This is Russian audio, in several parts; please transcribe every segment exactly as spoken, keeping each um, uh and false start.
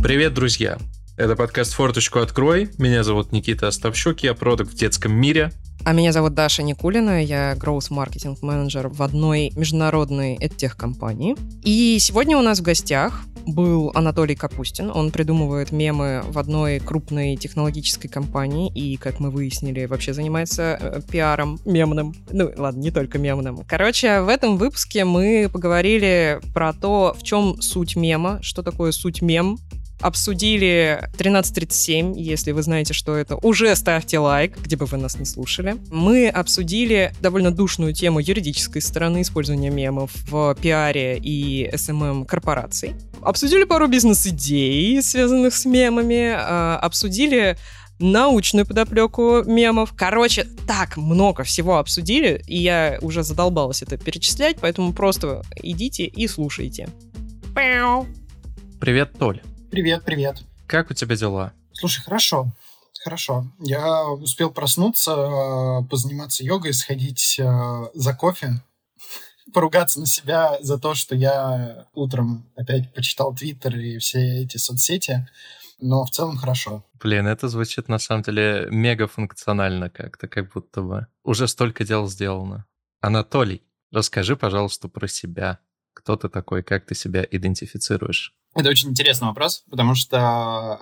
Привет, друзья! Это подкаст «Форточку открой». Меня зовут Никита Остапчук, я продакт в детском мире. А меня зовут Даша Никулина, я гроус-маркетинг-менеджер в одной международной эдтех-компании. И сегодня у нас в гостях был Анатолий Капустин. Он придумывает мемы в одной крупной технологической компании и, как мы выяснили, вообще занимается э, пиаром мемным. Ну, ладно, не только мемным. Короче, в этом выпуске мы поговорили про то, в чем суть мема, что такое суть мем. Обсудили тринадцать тридцать семь, если вы знаете, что это, уже ставьте лайк, где бы вы нас не слушали. Мы обсудили довольно душную тему юридической стороны использования мемов в пиаре и эс эм эм корпораций. Обсудили пару бизнес-идей, связанных с мемами, обсудили научную подоплеку мемов. Короче, так много всего обсудили, и я уже задолбалась это перечислять, поэтому просто идите и слушайте. Привет, Толь. Привет, привет. Как у тебя дела? Слушай, хорошо, хорошо. Я успел проснуться, позаниматься йогой, сходить за кофе, поругаться на себя за то, что я утром опять почитал Твиттер и все эти соцсети, но в целом хорошо. Блин, это звучит на самом деле мегафункционально как-то, как будто бы уже столько дел сделано. Анатолий, расскажи, пожалуйста, про себя. Кто ты такой, как ты себя идентифицируешь? Это очень интересный вопрос, потому что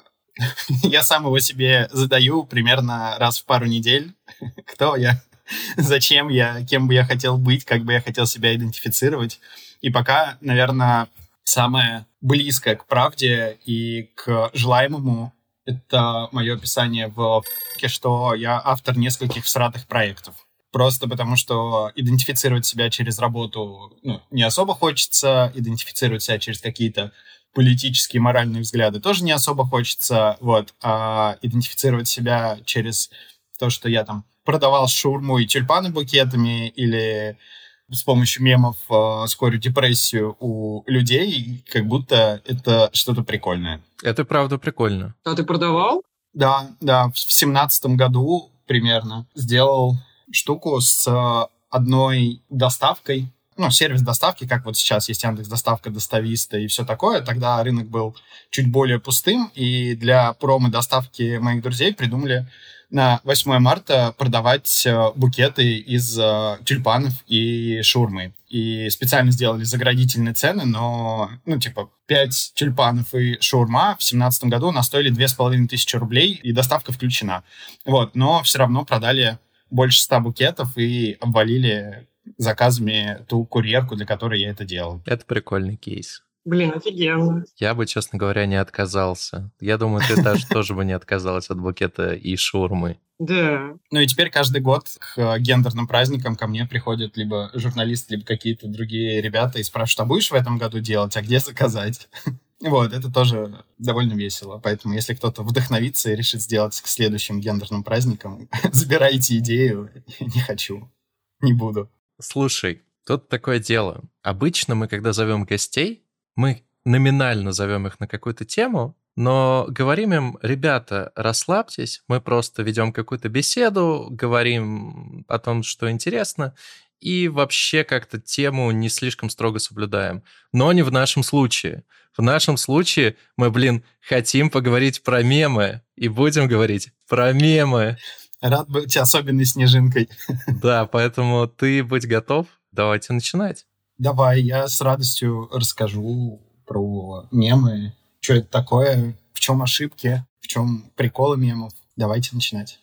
я сам его себе задаю примерно раз в пару недель. Кто я, зачем я, кем бы я хотел быть, как бы я хотел себя идентифицировать. И пока, наверное, самое близкое к правде и к желаемому — это мое описание в ***ке, что я автор нескольких всратых проектов. Просто потому, что идентифицировать себя через работу ну, не особо хочется, идентифицировать себя через какие-то политические, моральные взгляды тоже не особо хочется, вот, а идентифицировать себя через то, что я там продавал шаурму и тюльпаны букетами или с помощью мемов э, скорю депрессию у людей, как будто это что-то прикольное. Это правда прикольно. А ты продавал? Да, да, в семнадцатом году примерно сделал штуку с э, одной доставкой. Ну, сервис доставки, как вот сейчас есть Яндекс.Доставка, Достависта и все такое. Тогда рынок был чуть более пустым, и для промо-доставки моих друзей придумали на восьмое марта продавать букеты из э, тюльпанов и шаурмы. И специально сделали заградительные цены, но, ну, типа, пять тюльпанов и шаурма в семнадцатом году нас стоили две с половиной тысячи рублей, и доставка включена. Вот, но все равно продали больше ста букетов и обвалили заказами ту курьерку, для которой я это делал. Это прикольный кейс. Блин, офигенно. Я бы, честно говоря, не отказался. Я думаю, ты даже тоже бы не отказалась от букета и шаурмы. Да. Ну и теперь каждый год к гендерным праздникам ко мне приходят либо журналисты, либо какие-то другие ребята и спрашивают, а будешь в этом году делать, а где заказать? Вот, это тоже довольно весело. Поэтому, если кто-то вдохновится и решит сделать к следующим гендерным праздникам, забирайте идею. Не хочу, не буду. Слушай, тут такое дело. Обычно мы, когда зовем гостей, мы номинально зовем их на какую-то тему, но говорим им, ребята, расслабьтесь, мы просто ведем какую-то беседу, говорим о том, что интересно, и вообще как-то тему не слишком строго соблюдаем. Но не в нашем случае. В нашем случае мы, блин, хотим поговорить про мемы, и будем говорить про мемы. Рад быть особенной снежинкой. Да, поэтому ты будь готов. Давайте начинать. Давай, я с радостью расскажу про мемы, что это такое, в чем ошибки, в чем приколы мемов. Давайте начинать.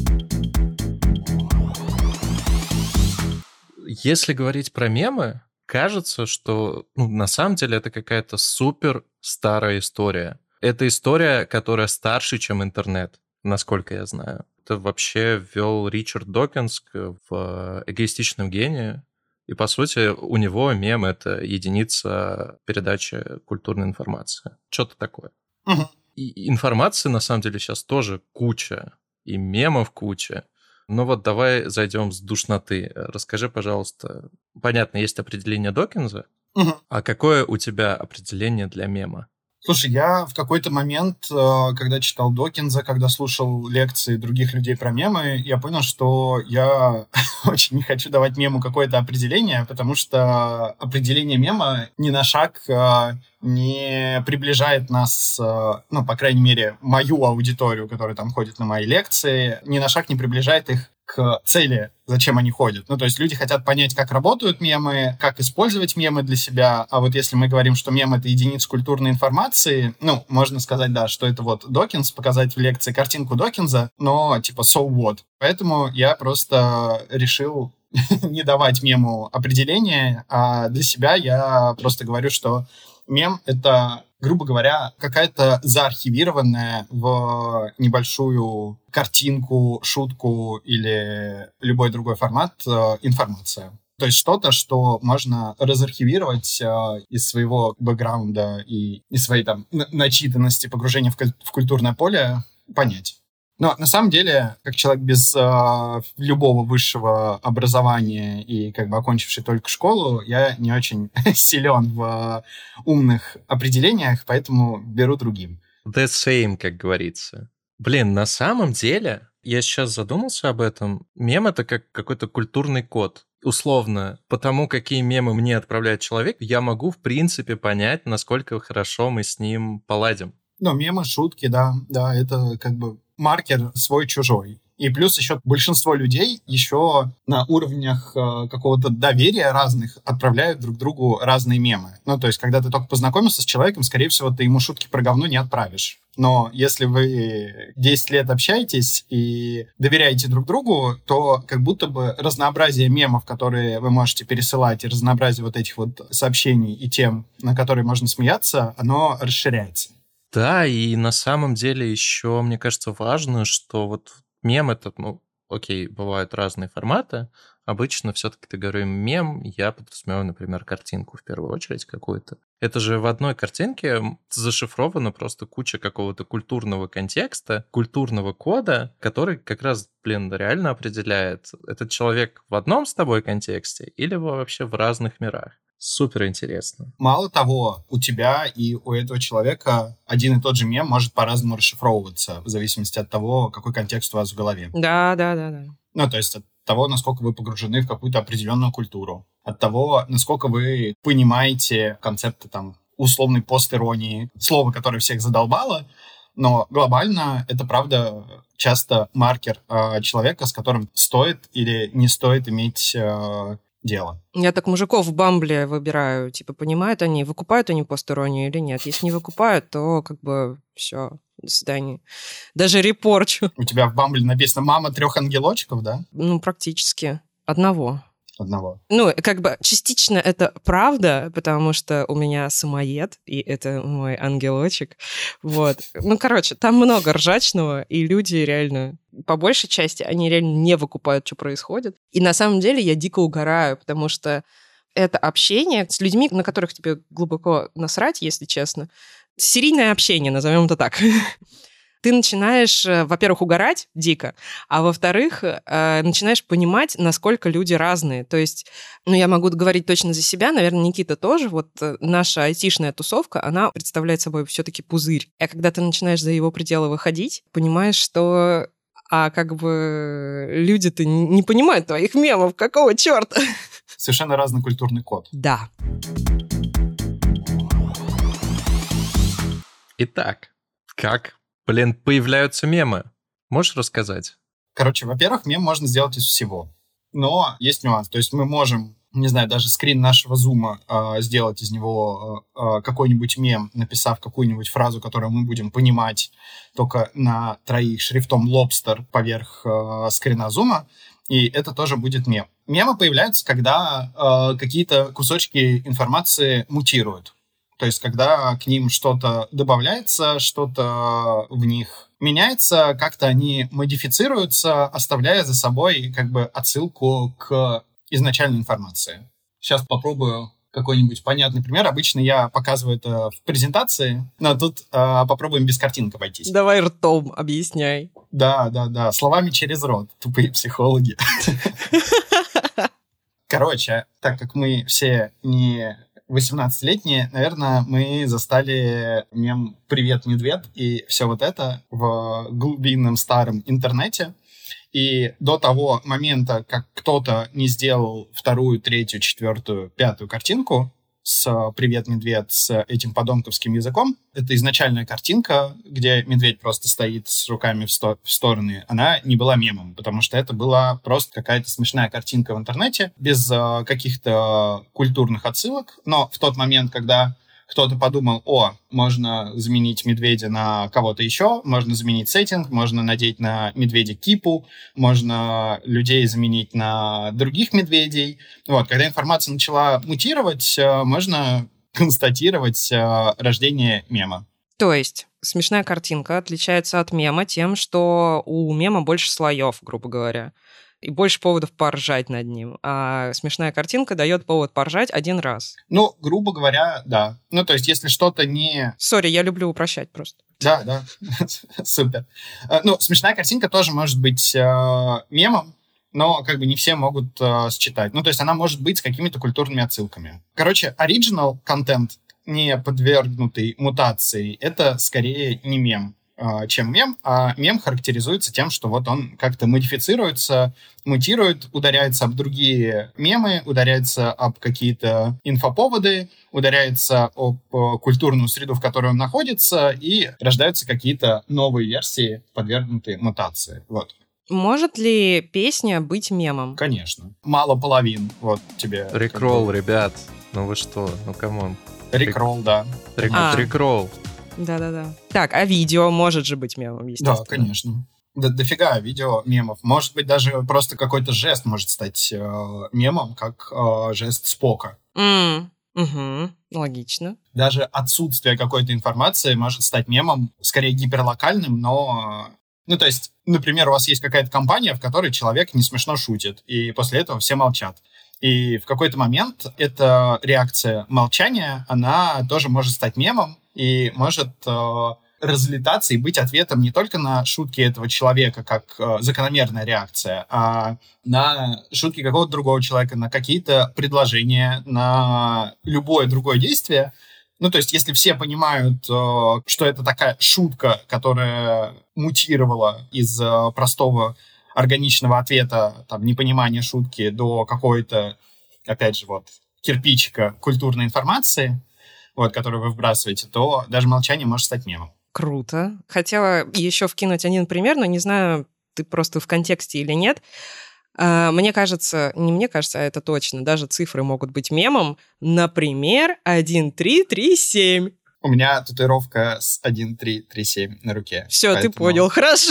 Если говорить про мемы, кажется, что ну, на самом деле это какая-то супер старая история. Это история, которая старше, чем интернет, насколько я знаю. Это вообще ввел Ричард Докинз в «Эгоистичном гении». И, по сути, у него мем — это единица передачи культурной информации. Что-то такое. Угу. И информации, на самом деле, сейчас тоже куча. И мемов куча. Ну вот давай зайдем с душноты. Расскажи, пожалуйста. Понятно, есть определение Докинза. Угу. А какое у тебя определение для мема? Слушай, я в какой-то момент, когда читал Докинза, когда слушал лекции других людей про мемы, я понял, что я очень не хочу давать мему какое-то определение, потому что определение мема ни на шаг не приближает нас, ну, по крайней мере, мою аудиторию, которая там ходит на мои лекции, ни на шаг не приближает их к цели, зачем они ходят. Ну, то есть люди хотят понять, как работают мемы, как использовать мемы для себя. А вот если мы говорим, что мем — это единица культурной информации, ну, можно сказать, да, что это вот Докинз, показать в лекции картинку Докинза, но типа so what. Поэтому я просто решил не давать мему определения, а для себя я просто говорю, что мем — это, грубо говоря, какая-то заархивированная в небольшую картинку, шутку или любой другой формат информация. То есть что-то, что можно разархивировать э, из своего бэкграунда и из своей там начитанности, погружения в, в культурное поле, понять. Но на самом деле, как человек без э, любого высшего образования и как бы окончивший только школу, я не очень силен в э, умных определениях, поэтому беру другим. The same, как говорится. Блин, на самом деле, я сейчас задумался об этом, мем — это как какой-то культурный код. Условно, потому какие мемы мне отправляет человек, я могу, в принципе, понять, насколько хорошо мы с ним поладим. Ну, мемы, шутки, да, да, это как бы маркер свой-чужой. И плюс еще большинство людей еще на уровнях э, какого-то доверия разных отправляют друг другу разные мемы. Ну, то есть, когда ты только познакомился с человеком, скорее всего, ты ему шутки про говно не отправишь. Но если вы десять лет общаетесь и доверяете друг другу, то как будто бы разнообразие мемов, которые вы можете пересылать, и разнообразие вот этих вот сообщений и тем, на которые можно смеяться, оно расширяется. Да, и на самом деле еще, мне кажется, важно, что вот мем — это, ну, окей, бывают разные форматы. Обычно все-таки ты говоришь мем, я подразумеваю, например, картинку в первую очередь какую-то. Это же в одной картинке зашифрована просто куча какого-то культурного контекста, культурного кода, который как раз, блин, реально определяет, этот человек в одном с тобой контексте или вообще в разных мирах. Супер интересно. Мало того, у тебя и у этого человека один и тот же мем может по-разному расшифровываться, в зависимости от того, какой контекст у вас в голове. Да, да, да, да. Ну, то есть от того, насколько вы погружены в какую-то определенную культуру, от того, насколько вы понимаете концепты там условной постиронии, слово, которое всех задолбало, но глобально это, правда, часто маркер э, человека, с которым стоит или не стоит иметь э, дело. Я так мужиков в Бамбле выбираю, типа, понимают они, выкупают они постиронию или нет. Если не выкупают, то как бы все, до свидания. Даже репорчу. У тебя в Бамбле написано «мама трех ангелочков», да? Ну, практически. Одного. Одного. Ну, как бы частично это правда, потому что у меня самоед, и это мой ангелочек. Вот. Ну, короче, там много ржачного, и люди реально, по большей части, они реально не выкупают, что происходит. И на самом деле я дико угораю, потому что это общение с людьми, на которых тебе глубоко насрать, если честно. Серийное общение, назовем это так. Ты начинаешь, во-первых, угорать дико, а во-вторых, начинаешь понимать, насколько люди разные. То есть, ну, я могу говорить точно за себя, наверное, Никита тоже. Вот наша айтишная тусовка, она представляет собой все-таки пузырь. А когда ты начинаешь за его пределы выходить, понимаешь, что а как бы люди-то не понимают твоих мемов, какого черта? Совершенно разный культурный код. Да. Итак, как Блин, появляются мемы. Можешь рассказать? Короче, во-первых, мем можно сделать из всего. Но есть нюанс. То есть мы можем, не знаю, даже скрин нашего зума э, сделать из него э, какой-нибудь мем, написав какую-нибудь фразу, которую мы будем понимать только на троих шрифтом лобстер поверх э, скрина зума. И это тоже будет мем. Мемы появляются, когда э, какие-то кусочки информации мутируют. То есть, когда к ним что-то добавляется, что-то в них меняется, как-то они модифицируются, оставляя за собой как бы отсылку к изначальной информации. Сейчас попробую какой-нибудь понятный пример. Обычно я показываю это в презентации, но тут э, попробуем без картинок обойтись. Давай ртом объясняй. Да, да, да. Словами через рот. Тупые психологи. Короче, так как мы все не восемнадцатилетние, наверное, мы застали мем «Привет, медведь» и все вот это в глубинном старом интернете. И до того момента, как кто-то не сделал вторую, третью, четвертую, пятую картинку с «Привет, медведь» с этим подонковским языком, это изначальная картинка, где медведь просто стоит с руками в, сто- в стороны, она не была мемом, потому что это была просто какая-то смешная картинка в интернете, без э, каких-то культурных отсылок. Но в тот момент, когда кто-то подумал, о, можно заменить медведя на кого-то еще, можно заменить сеттинг, можно надеть на медведя кипу, можно людей заменить на других медведей. Вот, когда информация начала мутировать, можно констатировать рождение мема. То есть смешная картинка отличается от мема тем, что у мема больше слоев, грубо говоря, и больше поводов поржать над ним. А смешная картинка дает повод поржать один раз. Ну, грубо говоря, да. Ну, то есть, если что-то не... Сори, я люблю упрощать просто. Да, да, супер. Ну, смешная картинка тоже может быть э, мемом, но как бы не все могут э, считать. Ну, то есть она может быть с какими-то культурными отсылками. Короче, оригинал контент, не подвергнутый мутации, это скорее не мем, чем мем, а мем характеризуется тем, что вот он как-то модифицируется, мутирует, ударяется об другие мемы, ударяется об какие-то инфоповоды, ударяется об культурную среду, в которой он находится, и рождаются какие-то новые версии, подвергнутые мутации. Вот. Может ли песня быть мемом? Конечно. Мало половин. Вот тебе. Рикролл, ребят. Ну вы что? Ну камон. Рикролл, да. Рик- А. Рикролл. Да-да-да. Так, а видео может же быть мемом, естественно. Да, конечно. Да, дофига видео мемов. Может быть, даже просто какой-то жест может стать э, мемом, как э, жест Спока. Mm. Угу. Логично. Даже отсутствие какой-то информации может стать мемом, скорее гиперлокальным, но... Ну, то есть, например, у вас есть какая-то компания, в которой человек не смешно шутит, и после этого все молчат. И в какой-то момент эта реакция молчания, она тоже может стать мемом, и может э, разлетаться и быть ответом не только на шутки этого человека, как э, закономерная реакция, а на шутки какого-то другого человека, на какие-то предложения, на любое другое действие. Ну, то есть, если все понимают, э, что это такая шутка, которая мутировала из э, простого органичного ответа, там, непонимания шутки до какой-то, опять же, вот, кирпичика культурной информации, вот, которую вы вбрасываете, то даже молчание может стать мемом. Круто. Хотела еще вкинуть один пример, но не знаю, ты просто в контексте или нет. Мне кажется, не мне кажется, а это точно, даже цифры могут быть мемом. Например, один три три семь. У меня татуировка с один три три семь на руке. Все, поэтому... ты понял, хорошо.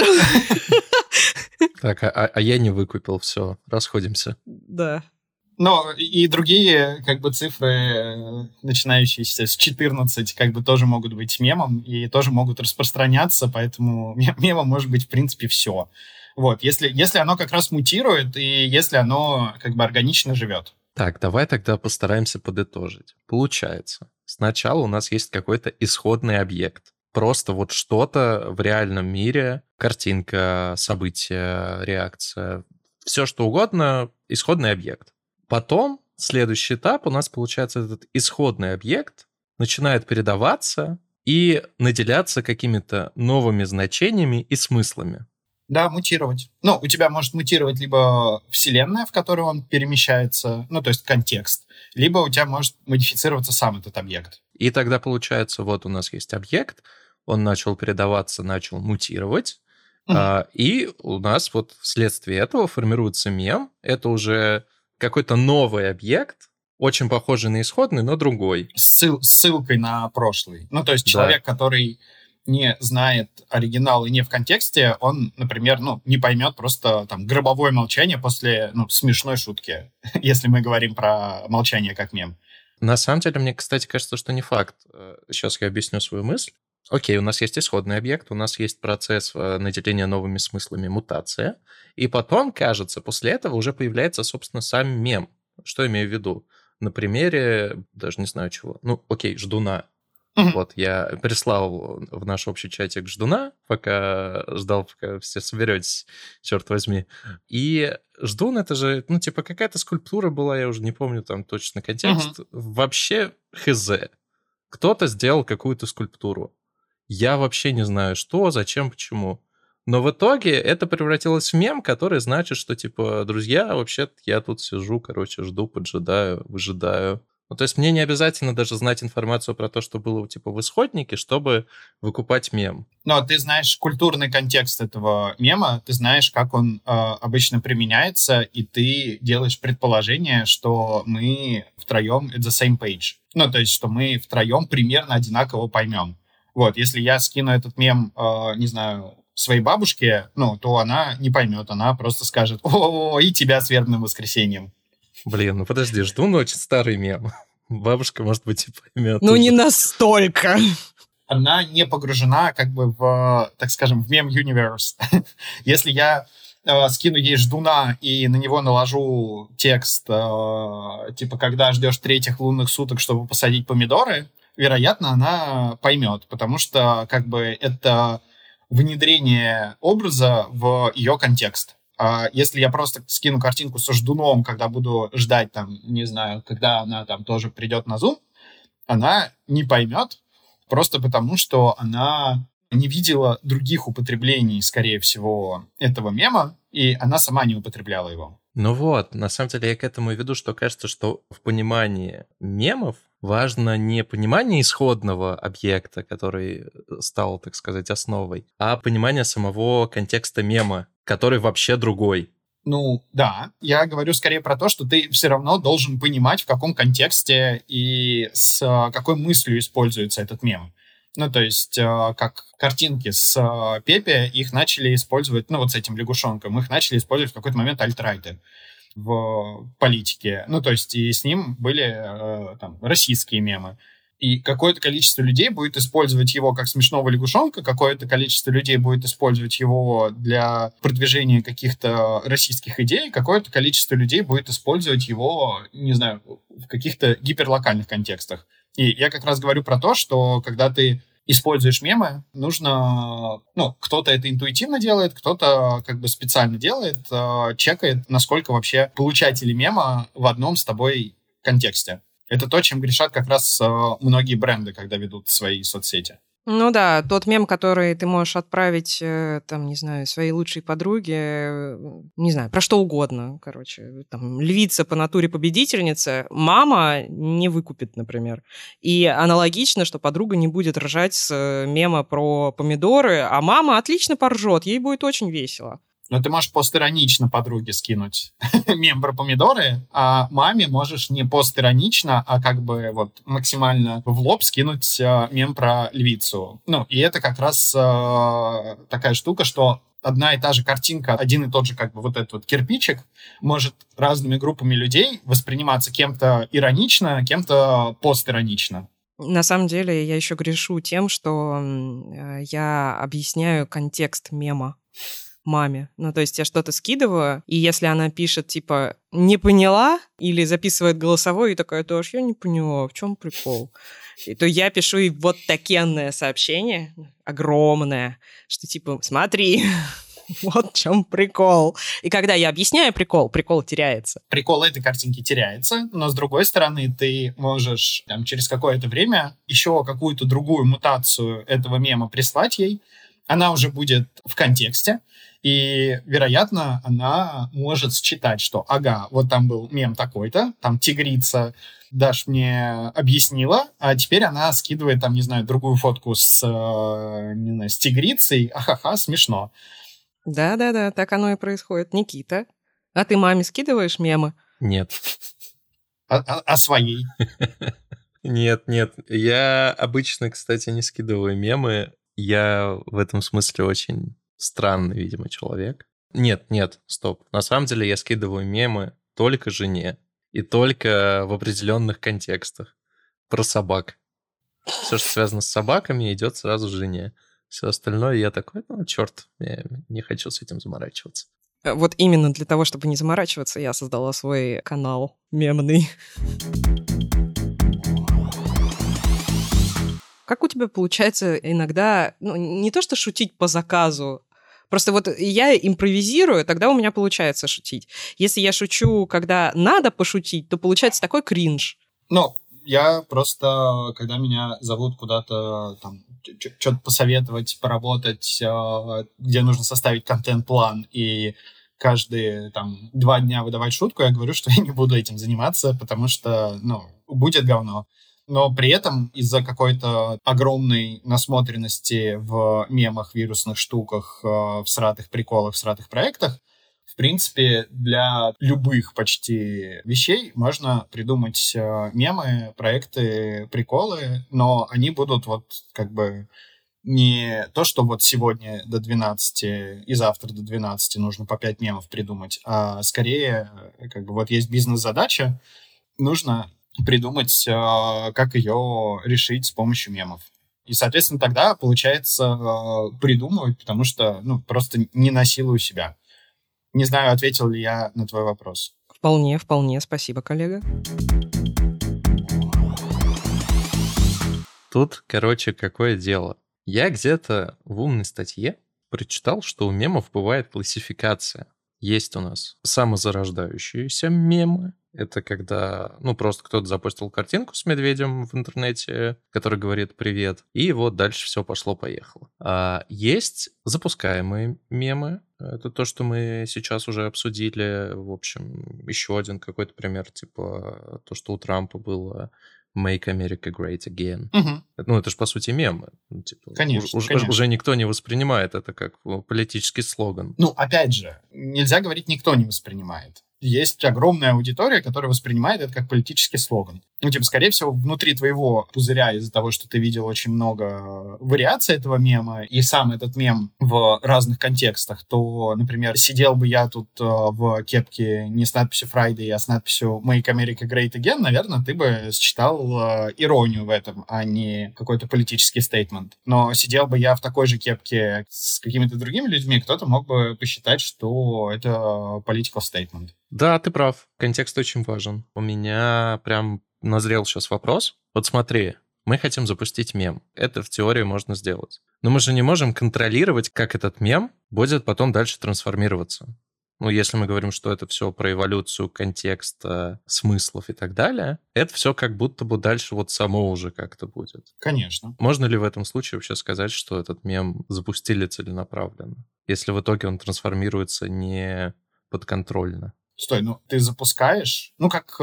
Так, а, а я не выкупил, все, расходимся. Да. Но и другие, как бы, цифры, начинающиеся с четырнадцать, как бы, тоже могут быть мемом и тоже могут распространяться, поэтому мемом может быть, в принципе, все. Вот, если, если оно как раз мутирует и если оно, как бы, органично живет. Так, давай тогда постараемся подытожить. Получается, сначала у нас есть какой-то исходный объект. Просто вот что-то в реальном мире, картинка, событие, реакция, все что угодно, исходный объект. Потом следующий этап у нас получается этот исходный объект начинает передаваться и наделяться какими-то новыми значениями и смыслами. Да, мутировать. Ну, у тебя может мутировать либо вселенная, в которой он перемещается, ну, то есть контекст, либо у тебя может модифицироваться сам этот объект. И тогда получается, вот у нас есть объект, он начал передаваться, начал мутировать, mm-hmm. а, и у нас вот вследствие этого формируется мем. Это уже какой-то новый объект, очень похожий на исходный, но другой. Ссыл, ссылкой на прошлый. Ну, то есть человек, да. который не знает оригинал и не в контексте, он, например, ну, не поймет просто там гробовое молчание после ну, смешной шутки, если мы говорим про молчание как мем. На самом деле, мне, кстати, кажется, что не факт. Сейчас я объясню свою мысль. Окей, у нас есть исходный объект, у нас есть процесс наделения новыми смыслами, мутация, и потом, кажется, после этого уже появляется, собственно, сам мем. Что имею в виду? На примере, даже не знаю чего, ну, окей, ждуна. Мгм. Вот, я прислал в наш общий чатик ждуна, пока ждал, пока все соберетесь, черт возьми. И ждун — это же, ну, типа, какая-то скульптура была, я уже не помню там точно контекст. Вообще хз. Кто-то сделал какую-то скульптуру. Я вообще не знаю, что, зачем, почему. Но в итоге это превратилось в мем, который значит, что, типа, друзья, вообще я тут сижу, короче, жду, поджидаю, выжидаю. Ну, то есть мне не обязательно даже знать информацию про то, что было, типа, в исходнике, чтобы выкупать мем. Но ты знаешь культурный контекст этого мема, ты знаешь, как он э, обычно применяется, и ты делаешь предположение, что мы втроем at the same page. Ну, то есть, что мы втроем примерно одинаково поймем. Вот, если я скину этот мем, э, не знаю, своей бабушке, ну, то она не поймет, она просто скажет: «О, и тебя с вербным воскресеньем». Блин, ну подожди, жду, ну очень старый мем. Бабушка, может быть, и поймет. Ну, уже. не настолько. Она не погружена как бы в, так скажем, в мем-юниверс. Если я э, скину ей ждуна и на него наложу текст, э, типа, когда ждешь третьих лунных суток, чтобы посадить помидоры, вероятно, она поймет, потому что как бы это внедрение образа в ее контекст. А если я просто скину картинку со ждуном, когда буду ждать, там, не знаю, когда она там тоже придет на Zoom, она не поймет, просто потому что она не видела других употреблений, скорее всего, этого мема, и она сама не употребляла его. Ну вот, на самом деле я к этому и веду, что кажется, что в понимании мемов важно не понимание исходного объекта, который стал, так сказать, основой, а понимание самого контекста мема, который вообще другой. Ну, да. Я говорю скорее про то, что ты все равно должен понимать, в каком контексте и с какой мыслью используется этот мем. Ну, то есть, как картинки с Пепе, их начали использовать, ну, вот с этим лягушонком, их начали использовать в какой-то момент альтрайты в политике. Ну, то есть, и с ним были там российские мемы. И какое-то количество людей будет использовать его как смешного лягушонка, какое-то количество людей будет использовать его для продвижения каких-то российских идей, какое-то количество людей будет использовать его, не знаю, в каких-то гиперлокальных контекстах. И я как раз говорю про то, что когда ты используешь мемы, нужно... Ну, кто-то это интуитивно делает, кто-то как бы специально делает, чекает, насколько вообще получатели мема в одном с тобой контексте. Это то, чем грешат как раз многие бренды, когда ведут свои соцсети. Ну да, тот мем, который ты можешь отправить, там, не знаю, своей лучшей подруге, не знаю, про что угодно, короче, там, львица по натуре победительница, мама не выкупит, например. И аналогично, что подруга не будет ржать с мема про помидоры, а мама отлично поржет, ей будет очень весело. Но ты можешь постиронично подруге скинуть мем про помидоры, а маме можешь не постиронично, а как бы вот максимально в лоб скинуть э, мем про львицу. Ну, и это как раз э, такая штука, что одна и та же картинка, один и тот же как бы вот этот вот кирпичик может разными группами людей восприниматься кем-то иронично, кем-то постиронично. На самом деле я еще грешу тем, что э, я объясняю контекст мема маме. Ну, то есть я что-то скидываю, и если она пишет, типа, «не поняла», или записывает голосовой, и такая, да уж я не поняла, в чем прикол? И то я пишу ей вот такенное сообщение, огромное, что типа, смотри, вот в чем прикол. И когда я объясняю прикол, прикол теряется. Прикол этой картинки теряется, но с другой стороны ты можешь там, через какое-то время еще какую-то другую мутацию этого мема прислать ей, она уже будет в контексте, и, вероятно, она может считать, что, ага, вот там был мем такой-то, там тигрица Даш мне объяснила, а теперь она скидывает, там, не знаю, другую фотку с, не знаю, с тигрицей, ахаха, смешно. Да-да-да, так оно и происходит. Никита, а ты маме скидываешь мемы? Нет. А, а, а своей? Нет, нет. Я обычно, кстати, не скидываю мемы. Я в этом смысле очень странный, видимо, человек. Нет, нет, стоп. На самом деле я скидываю мемы только жене. И только в определенных контекстах. Про собак. Все, что связано с собаками, идет сразу жене. Все остальное я такой, ну, черт, я не хочу с этим заморачиваться. Вот именно для того, чтобы не заморачиваться, я создала свой канал мемный. Как у тебя получается иногда, ну, не то что шутить по заказу, просто вот я импровизирую, тогда у меня получается шутить. Если я шучу, когда надо пошутить, то получается такой кринж. Ну, я просто, когда меня зовут куда-то там что-то посоветовать, поработать, где нужно составить контент-план и каждые там два дня выдавать шутку, я говорю, что я не буду этим заниматься, потому что, ну, будет говно. Но при этом из-за какой-то огромной насмотренности в мемах, вирусных штуках, в сратых приколах, в сратых проектах, в принципе, для любых почти вещей можно придумать мемы, проекты, приколы, но они будут вот как бы не то, что вот сегодня до двенадцати и завтра до двенадцати нужно по пять мемов придумать, а скорее как бы вот есть бизнес-задача, нужно придумать, как ее решить с помощью мемов. И, соответственно, тогда получается придумывать, потому что, ну, просто не насилую себя. Не знаю, ответил ли я на твой вопрос. Вполне, вполне. Спасибо, коллега. Тут, короче, какое дело. Я где-то в умной статье прочитал, что у мемов бывает классификация. Есть у нас самозарождающиеся мемы. Это когда, ну, просто кто-то запостил картинку с медведем в интернете, который говорит «привет», и вот дальше все пошло-поехало. А есть запускаемые мемы. Это то, что мы сейчас уже обсудили. В общем, еще один какой-то пример, типа то, что у Трампа было «Make America Great Again». Угу. Ну, это же, по сути, мемы. Ну, типа, конечно, уж, конечно. Уже никто не воспринимает это как политический слоган. Ну, опять же, нельзя говорить «никто не воспринимает». Есть огромная аудитория, которая воспринимает это как политический слоган. Ну, типа, скорее всего, внутри твоего пузыря из-за того, что ты видел очень много вариаций этого мема, и сам этот мем в разных контекстах, то, например, сидел бы я тут э, в кепке не с надписью Friday, а с надписью Make America Great Again, наверное, ты бы считал э, иронию в этом, а не какой-то политический стейтмент. Но сидел бы я в такой же кепке с какими-то другими людьми, кто-то мог бы посчитать, что это political statement. Да, ты прав. Контекст очень важен. У меня прям назрел сейчас вопрос. Вот смотри, мы хотим запустить мем. Это в теории можно сделать. Но мы же не можем контролировать, как этот мем будет потом дальше трансформироваться. Ну, если мы говорим, что это все про эволюцию контекста, смыслов и так далее, это все как будто бы дальше вот само уже как-то будет. Конечно. Можно ли в этом случае вообще сказать, что этот мем запустили целенаправленно, если в итоге он трансформируется не подконтрольно? Стой, ну ты запускаешь, ну как, э,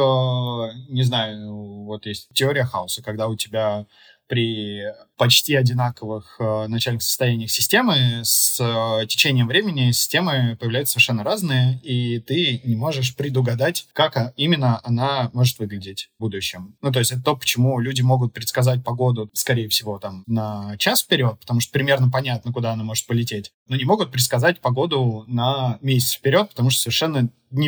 не знаю, вот есть теория хаоса, когда у тебя при почти одинаковых э, начальных состояниях системы с э, течением времени системы появляются совершенно разные, и ты не можешь предугадать, как именно она может выглядеть в будущем. Ну, то есть это то, почему люди могут предсказать погоду, скорее всего, там, на час вперед, потому что примерно понятно, куда она может полететь, но не могут предсказать погоду на месяц вперед, потому что совершенно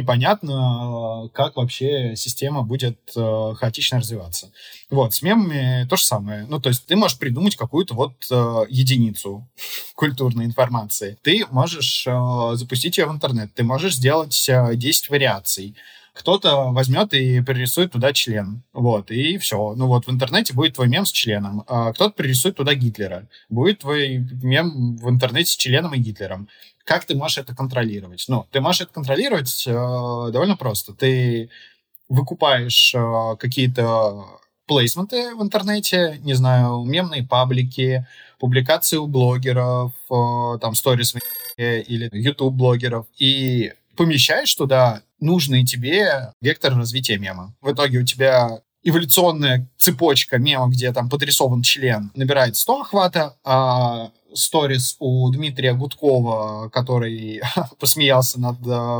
непонятно, как вообще система будет э, хаотично развиваться. Вот, с мемами то же самое. Ну, то есть ты можешь придумать какую-то вот э, единицу культурной информации. Ты можешь э, запустить ее в интернет. Ты можешь сделать э, десять вариаций. Кто-то возьмет и пририсует туда член. Вот, и все. Ну вот, в интернете будет твой мем с членом. А кто-то пририсует туда Гитлера. Будет твой мем в интернете с членом и Гитлером. Как ты можешь это контролировать? Ну, ты можешь это контролировать э, довольно просто. Ты выкупаешь э, какие-то плейсменты в интернете, не знаю, мемные паблики, публикации у блогеров, э, там, сторис или YouTube-блогеров, и помещаешь туда нужный тебе вектор развития мема. В итоге у тебя эволюционная цепочка мема, где там подрисован член, набирает сто охвата, а сторис у Дмитрия Гудкова, который посмеялся над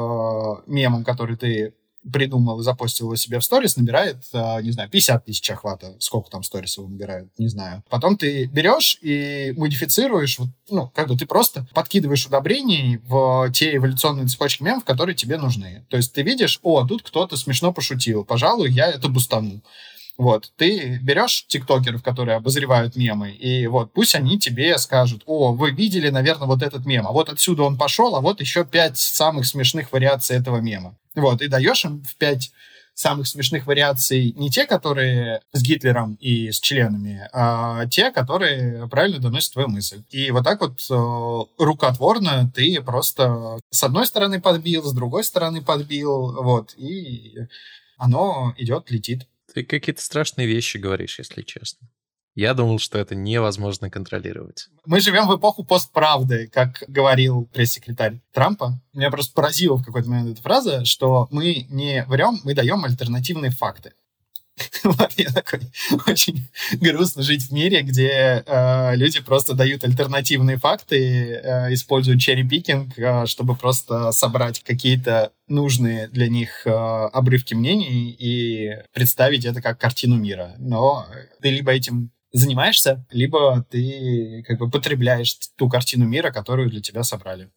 э, мемом, который ты придумал и запостил его себе в сторис, набирает, э, не знаю, пятьдесят тысяч охвата. Сколько там сторис его набирают, не знаю. Потом ты берешь и модифицируешь, вот, ну, как бы ты просто подкидываешь удобрений в те эволюционные цепочки мемов, которые тебе нужны. То есть ты видишь, о, тут кто-то смешно пошутил, пожалуй, я это бустану. Вот, ты берешь тиктокеров, которые обозревают мемы, и вот пусть они тебе скажут, о, вы видели, наверное, вот этот мем, а вот отсюда он пошел, а вот еще пять самых смешных вариаций этого мема. Вот, и даешь им в пять самых смешных вариаций не те, которые с Гитлером и с членами, а те, которые правильно доносят твою мысль. И вот так вот э, рукотворно ты просто с одной стороны подбил, с другой стороны подбил, вот, и оно идет, летит. Ты какие-то страшные вещи говоришь, если честно. Я думал, что это невозможно контролировать. Мы живем в эпоху постправды, как говорил пресс-секретарь Трампа. Меня просто поразила в какой-то момент эта фраза, что мы не врем, мы даем альтернативные факты. Вот я такой, очень грустно жить в мире, где э, люди просто дают альтернативные факты, э, используют черри-пикинг, э, чтобы просто собрать какие-то нужные для них э, обрывки мнений и представить это как картину мира. Но ты либо этим занимаешься, либо ты как бы потребляешь ту картину мира, которую для тебя собрали.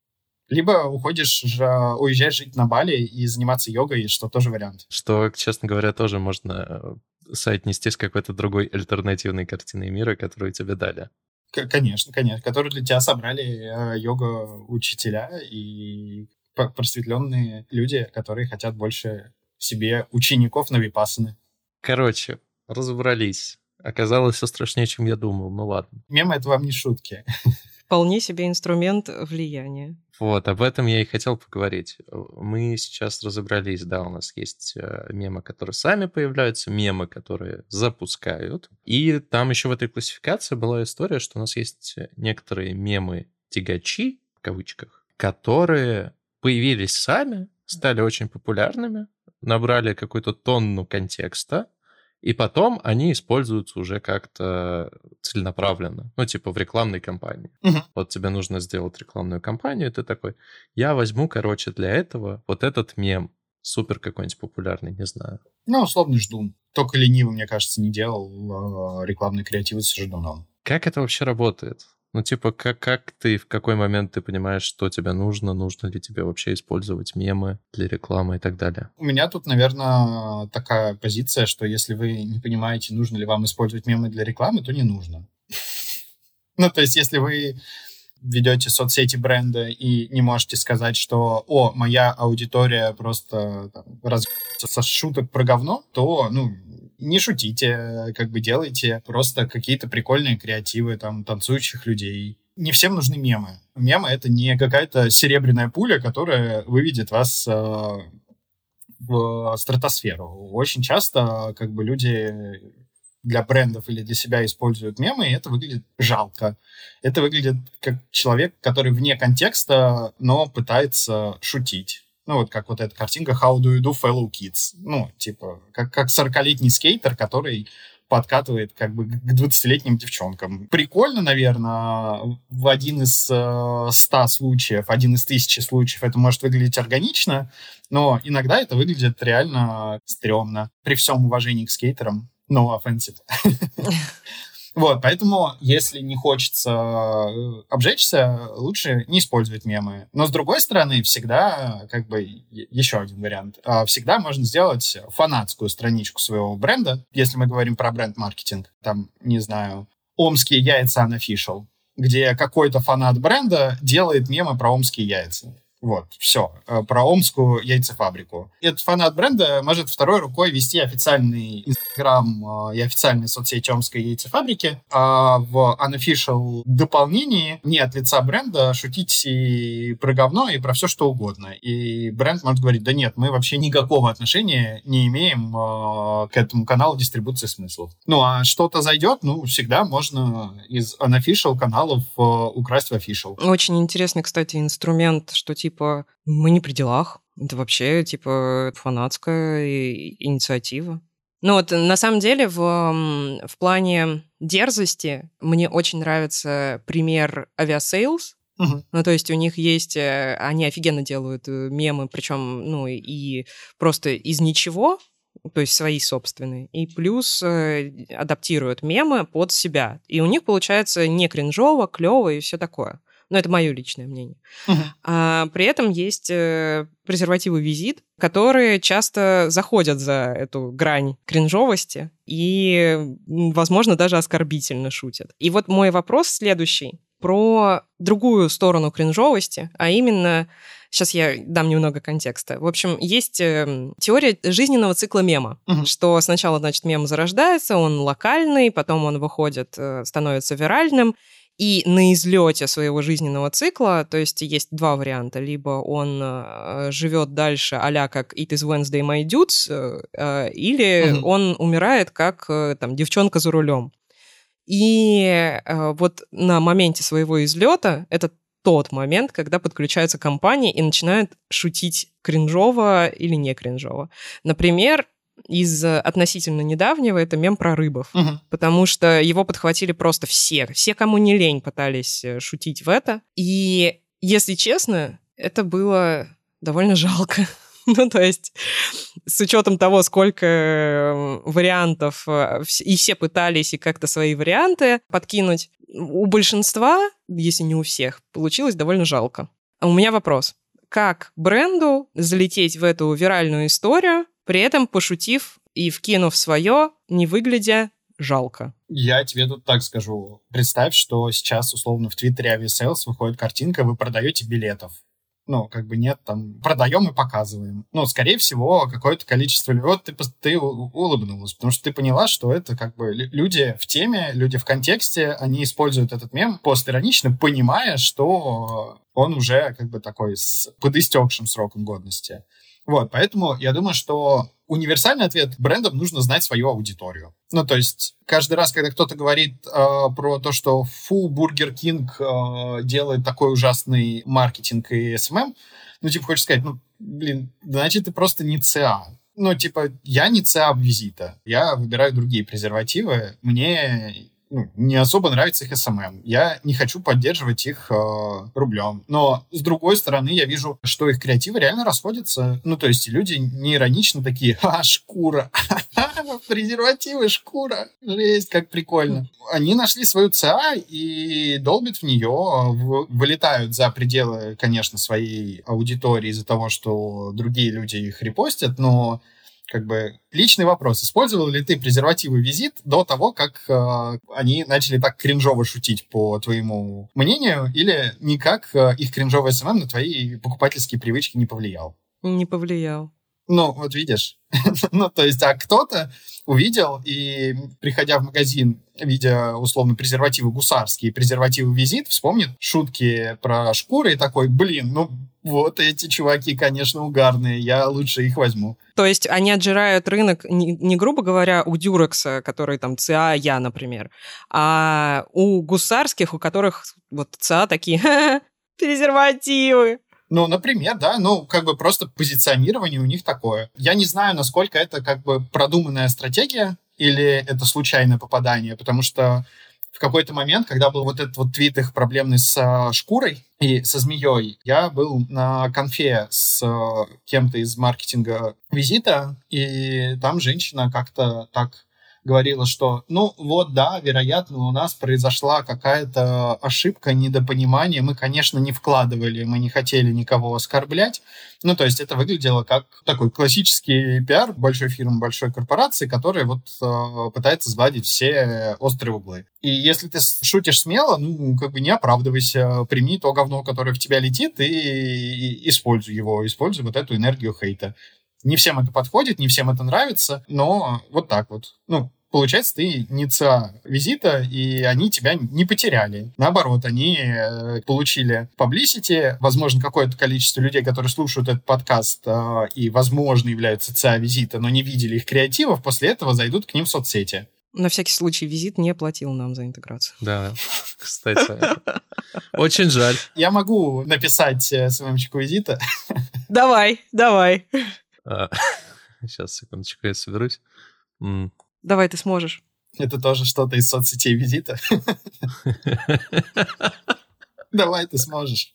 Либо уходишь, уезжаешь жить на Бали и заниматься йогой, что тоже вариант. Что, честно говоря, тоже можно соотнести с какой-то другой альтернативной картиной мира, которую тебе дали. К- конечно, конечно. Которую для тебя собрали йога-учителя и просветленные люди, которые хотят больше себе учеников на випассаны. Короче, разобрались. Оказалось, все страшнее, чем я думал. Ну ладно. Мемы — это вам не шутки. Вполне себе инструмент влияния. Вот, об этом я и хотел поговорить. Мы сейчас разобрались, да, у нас есть мемы, которые сами появляются, мемы, которые запускают. И там еще в этой классификации была история, что у нас есть некоторые мемы-тягачи, в кавычках, которые появились сами, стали очень популярными, набрали какую-то тонну контекста, и потом они используются уже как-то целенаправленно, ну, типа в рекламной кампании. Угу. Вот тебе нужно сделать рекламную кампанию, и ты такой, я возьму, короче, для этого вот этот мем, супер какой-нибудь популярный, не знаю. Ну, условный ждун. Только ленивый, мне кажется, не делал э, рекламные креативы с ждуном. Как это вообще работает? Ну, типа, как, как ты, в какой момент ты понимаешь, что тебе нужно, нужно ли тебе вообще использовать мемы для рекламы и так далее? У меня тут, наверное, такая позиция, что если вы не понимаете, нужно ли вам использовать мемы для рекламы, то не нужно. Ну, то есть, если вы ведете соцсети бренда и не можете сказать, что «О, моя аудитория просто разб***ся со шуток про говно», то, ну, не шутите, как бы делайте просто какие-то прикольные креативы, там, танцующих людей. Не всем нужны мемы. Мемы — это не какая-то серебряная пуля, которая выведет вас э, в стратосферу. Очень часто, как бы, люди для брендов или для себя используют мемы, и это выглядит жалко. Это выглядит как человек, который вне контекста, но пытается шутить. Ну, вот как вот эта картинка «How do you do, fellow kids?» Ну, типа, как, как сорокалетний скейтер, который подкатывает как бы к двадцатилетним девчонкам. Прикольно, наверное, в один из э, ста случаев, один из тысячи случаев это может выглядеть органично, но иногда это выглядит реально стрёмно. При всем уважении к скейтерам. No offensive. Вот, поэтому, если не хочется обжечься, лучше не использовать мемы. Но, с другой стороны, всегда, как бы, еще один вариант. Всегда можно сделать фанатскую страничку своего бренда, если мы говорим про бренд-маркетинг. Там, не знаю, омские яйца unofficial, где какой-то фанат бренда делает мемы про омские яйца. Вот, все. Про омскую яйцефабрику. Этот фанат бренда может второй рукой вести официальный Инстаграм и официальные соцсети омской яйцефабрики, а в unofficial дополнении не от лица бренда шутить и про говно, и про все, что угодно. И бренд может говорить, да нет, мы вообще никакого отношения не имеем э, к этому каналу дистрибуции смыслов. Ну, а что-то зайдет, ну, всегда можно из unofficial каналов э, украсть в official. Очень интересный, кстати, инструмент, что типа Типа, мы не при делах. Это вообще, типа, фанатская инициатива. Ну вот, на самом деле, в, в плане дерзости мне очень нравится пример Aviasales. Uh-huh. Ну, то есть у них есть... Они офигенно делают мемы, причем, ну, и просто из ничего, то есть свои собственные, и плюс адаптируют мемы под себя. И у них получается не кринжово, клево и все такое. Но это мое личное мнение. Uh-huh. А, при этом есть э, презервативы «Визит», которые часто заходят за эту грань кринжовости и, возможно, даже оскорбительно шутят. И вот мой вопрос следующий. про другую сторону кринжовости, а именно... Сейчас я дам немного контекста. В общем, есть э, теория жизненного цикла мема, uh-huh. что сначала, значит, мем зарождается, он локальный, потом он выходит, э, становится виральным, и на излете своего жизненного цикла, то есть есть два варианта, либо он э, живет дальше а-ля как It is Wednesday, my dudes, э, или uh-huh. он умирает как э, там, девчонка за рулем. И э, вот на моменте своего излета этот тот момент, когда подключаются компании и начинают шутить кринжово или не кринжово. Например, из относительно недавнего это мем про рыбов, угу. потому что его подхватили просто все. Все, кому не лень, пытались шутить в это. И, если честно, это было довольно жалко. Ну, то есть, с учетом того, сколько вариантов, и все пытались и как-то свои варианты подкинуть, у большинства, если не у всех, получилось довольно жалко. А у меня вопрос. Как бренду залететь в эту виральную историю, при этом пошутив и вкинув свое, не выглядя жалко? Я тебе тут так скажу. Представь, что сейчас, условно, в Твиттере Aviasales выходит картинка, вы продаете билетов. Ну, как бы нет, там, продаем и показываем. Ну, скорее всего, какое-то количество... Вот ты, ты улыбнулась, потому что ты поняла, что это как бы люди в теме, люди в контексте, они используют этот мем постиронично, понимая, что он уже как бы такой с подистекшим сроком годности. Вот, поэтому я думаю, что универсальный ответ: брендам нужно знать свою аудиторию. Ну, то есть каждый раз, когда кто-то говорит э, про то, что фу, Бургер Кинг э, делает такой ужасный маркетинг и эс эм эм, ну, типа, хочешь сказать, ну, блин, значит, ты просто не ЦА. Ну, типа, я не ЦА визита, я выбираю другие презервативы, мне... Ну, не особо нравится их эс эм эм. Я не хочу поддерживать их э, рублем. Но, с другой стороны, я вижу, что их креативы реально расходятся. Ну, то есть люди не иронично такие: «А, шкура! Презервативы, шкура! Жесть, как прикольно!» Они нашли свою ЦА и долбят в нее, вылетают за пределы, конечно, своей аудитории из-за того, что другие люди их репостят, но... Как бы личный вопрос. Использовал ли ты презервативы «Визит» до того, как э, они начали так кринжово шутить, по твоему мнению, или никак э, их кринжовый эс эм эм на твои покупательские привычки не повлиял? Не повлиял. Ну, вот видишь. Ну, то есть, а кто-то увидел и, приходя в магазин, видя, условно, презервативы гусарские, презервативы «Визит», вспомнит шутки про шкуры и такой: блин, ну, вот эти чуваки, конечно, угарные, я лучше их возьму. То есть они отжирают рынок не, не грубо говоря, у Дюрекса, который там ЦА я, например, а у гусарских, у которых вот ЦА такие: презервативы. Ну, например, да, ну, как бы просто позиционирование у них такое. Я не знаю, насколько это как бы продуманная стратегия или это случайное попадание, потому что в какой-то момент, когда был вот этот вот твит их проблемный с шкурой и со змеей, я был на конфе с кем-то из маркетинга «Визита», и там женщина как-то так говорила, что, ну вот, да, вероятно, у нас произошла какая-то ошибка, недопонимание. Мы, конечно, не вкладывали, мы не хотели никого оскорблять. Ну, то есть это выглядело как такой классический пиар большой фирмы, большой корпорации, которая вот э, пытается сгладить все острые углы. И если ты шутишь смело, ну, как бы не оправдывайся, прими то говно, которое в тебя летит, и, и используй его, используй вот эту энергию хейта. Не всем это подходит, не всем это нравится, но вот так вот. Ну, получается, ты не ЦА «Визита», и они тебя не потеряли. Наоборот, они э, получили publicity, возможно, какое-то количество людей, которые слушают этот подкаст э, и, возможно, являются ЦА «Визита», но не видели их креативов, после этого зайдут к ним в соцсети. На всякий случай, «Визит» не платил нам за интеграцию. Да, кстати. Очень жаль. Я могу написать СММчику «Визита». Давай, давай. А, сейчас, секундочку, я соберусь. М. Давай, ты сможешь. Это тоже что-то из соцсетей «Визита». Давай, ты сможешь.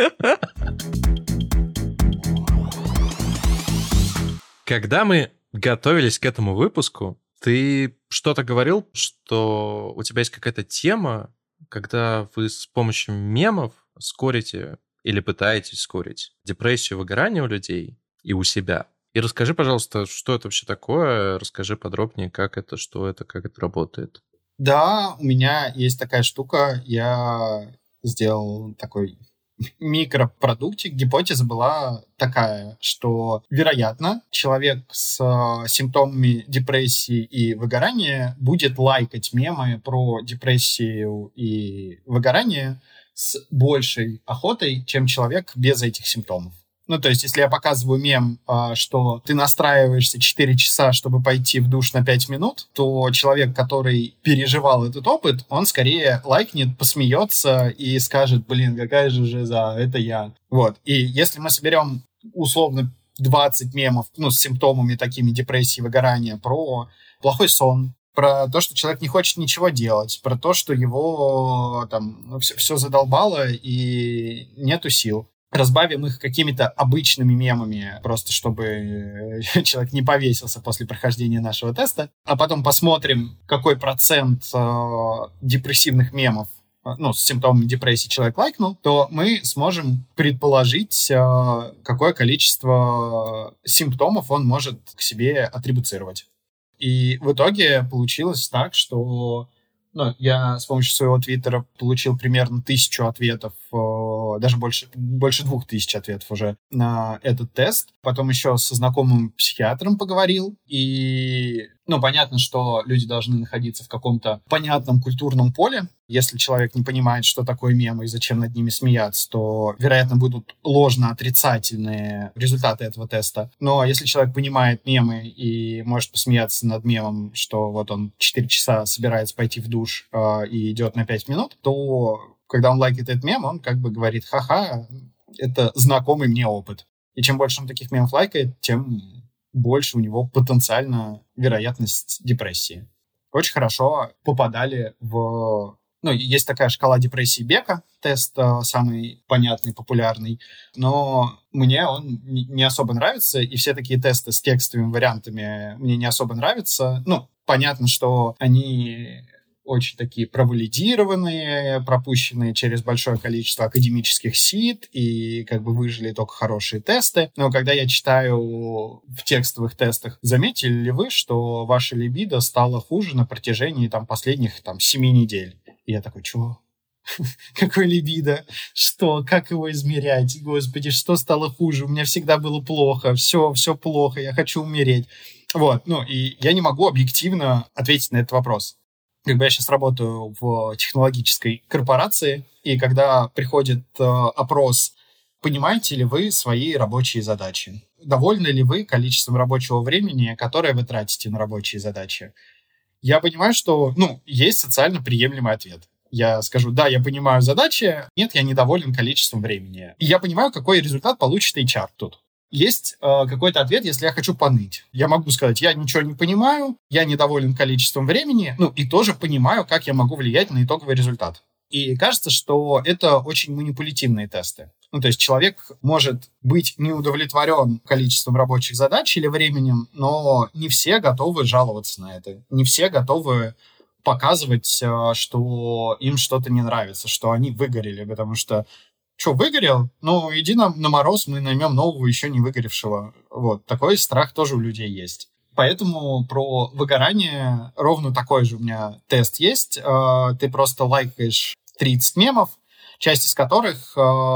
Когда мы готовились к этому выпуску, ты что-то говорил, что у тебя есть какая-то тема, когда вы с помощью мемов скорите или пытаетесь скорить депрессию, выгорание у людей и у себя. И расскажи, пожалуйста, что это вообще такое, расскажи подробнее, как это, что это, как это работает. Да, у меня есть такая штука, я сделал такой микропродуктик. Гипотеза была такая, что, вероятно, человек с э, симптомами депрессии и выгорания будет лайкать мемы про депрессию и выгорание с большей охотой, чем человек без этих симптомов. Ну, то есть, если я показываю мем, что ты настраиваешься четыре часа, чтобы пойти в душ на пять минут, то человек, который переживал этот опыт, он скорее лайкнет, посмеется и скажет, блин, какая же жиза, это я. Вот. И если мы соберем условно двадцать мемов, ну, с симптомами такими депрессии, выгорания, про плохой сон, про то, что человек не хочет ничего делать, про то, что его там ну, все, все задолбало и нету сил, разбавим их какими-то обычными мемами, просто чтобы человек не повесился после прохождения нашего теста, а потом посмотрим, какой процент э, депрессивных мемов, ну, с симптомами депрессии человек лайкнул, то мы сможем предположить, э, какое количество симптомов он может к себе атрибуцировать. И в итоге получилось так, что ну, я с помощью своего твиттера получил примерно тысячу ответов, даже больше, больше двух тысяч ответов уже на этот тест. Потом еще со знакомым психиатром поговорил. И, ну, понятно, что люди должны находиться в каком-то понятном культурном поле. Если человек не понимает, что такое мемы и зачем над ними смеяться, то, вероятно, будут ложно-отрицательные результаты этого теста. Но если человек понимает мемы и может посмеяться над мемом, что вот он четыре часа собирается пойти в душ э, и идет на пять минут, то когда он лайкает этот мем, он как бы говорит, ха-ха, это знакомый мне опыт. И чем больше он таких мемов лайкает, тем больше у него потенциально вероятность депрессии. Очень хорошо попадали в... Ну, есть такая шкала депрессии Бека, тест самый понятный, популярный, но мне он не особо нравится, и все такие тесты с текстовыми вариантами мне не особо нравятся. Ну, понятно, что они очень такие провалидированные, пропущенные через большое количество академических сит, и как бы выжили только хорошие тесты. Но когда я читаю в текстовых тестах, заметили ли вы, что ваша либидо стала хуже на протяжении там, последних там, семи недель? И я такой, чего? Какой либидо? Что? Как его измерять? Господи, что стало хуже? У меня всегда было плохо. Все, все плохо. Я хочу умереть. Вот. Ну, и я не могу объективно ответить на этот вопрос. Как бы я сейчас работаю в технологической корпорации, и когда приходит э, опрос, понимаете ли вы свои рабочие задачи? Довольны ли вы количеством рабочего времени, которое вы тратите на рабочие задачи? Я понимаю, что, ну, есть социально приемлемый ответ. Я скажу, да, я понимаю задачи, нет, я недоволен количеством времени. И я понимаю, какой результат получит эйч ар тут. Есть э, какой-то ответ, если я хочу поныть. Я могу сказать, я ничего не понимаю, я недоволен количеством времени, ну, и тоже понимаю, как я могу влиять на итоговый результат. И кажется, что это очень манипулятивные тесты. Ну, то есть человек может быть не удовлетворен количеством рабочих задач или временем, но не все готовы жаловаться на это. Не все готовы показывать, что им что-то не нравится, что они выгорели, потому что что, выгорел? Ну, иди нам на мороз, мы наймем нового, еще не выгоревшего. Вот, такой страх тоже у людей есть. Поэтому про выгорание ровно такой же у меня тест есть. Ты просто лайкаешь тридцать мемов, часть из которых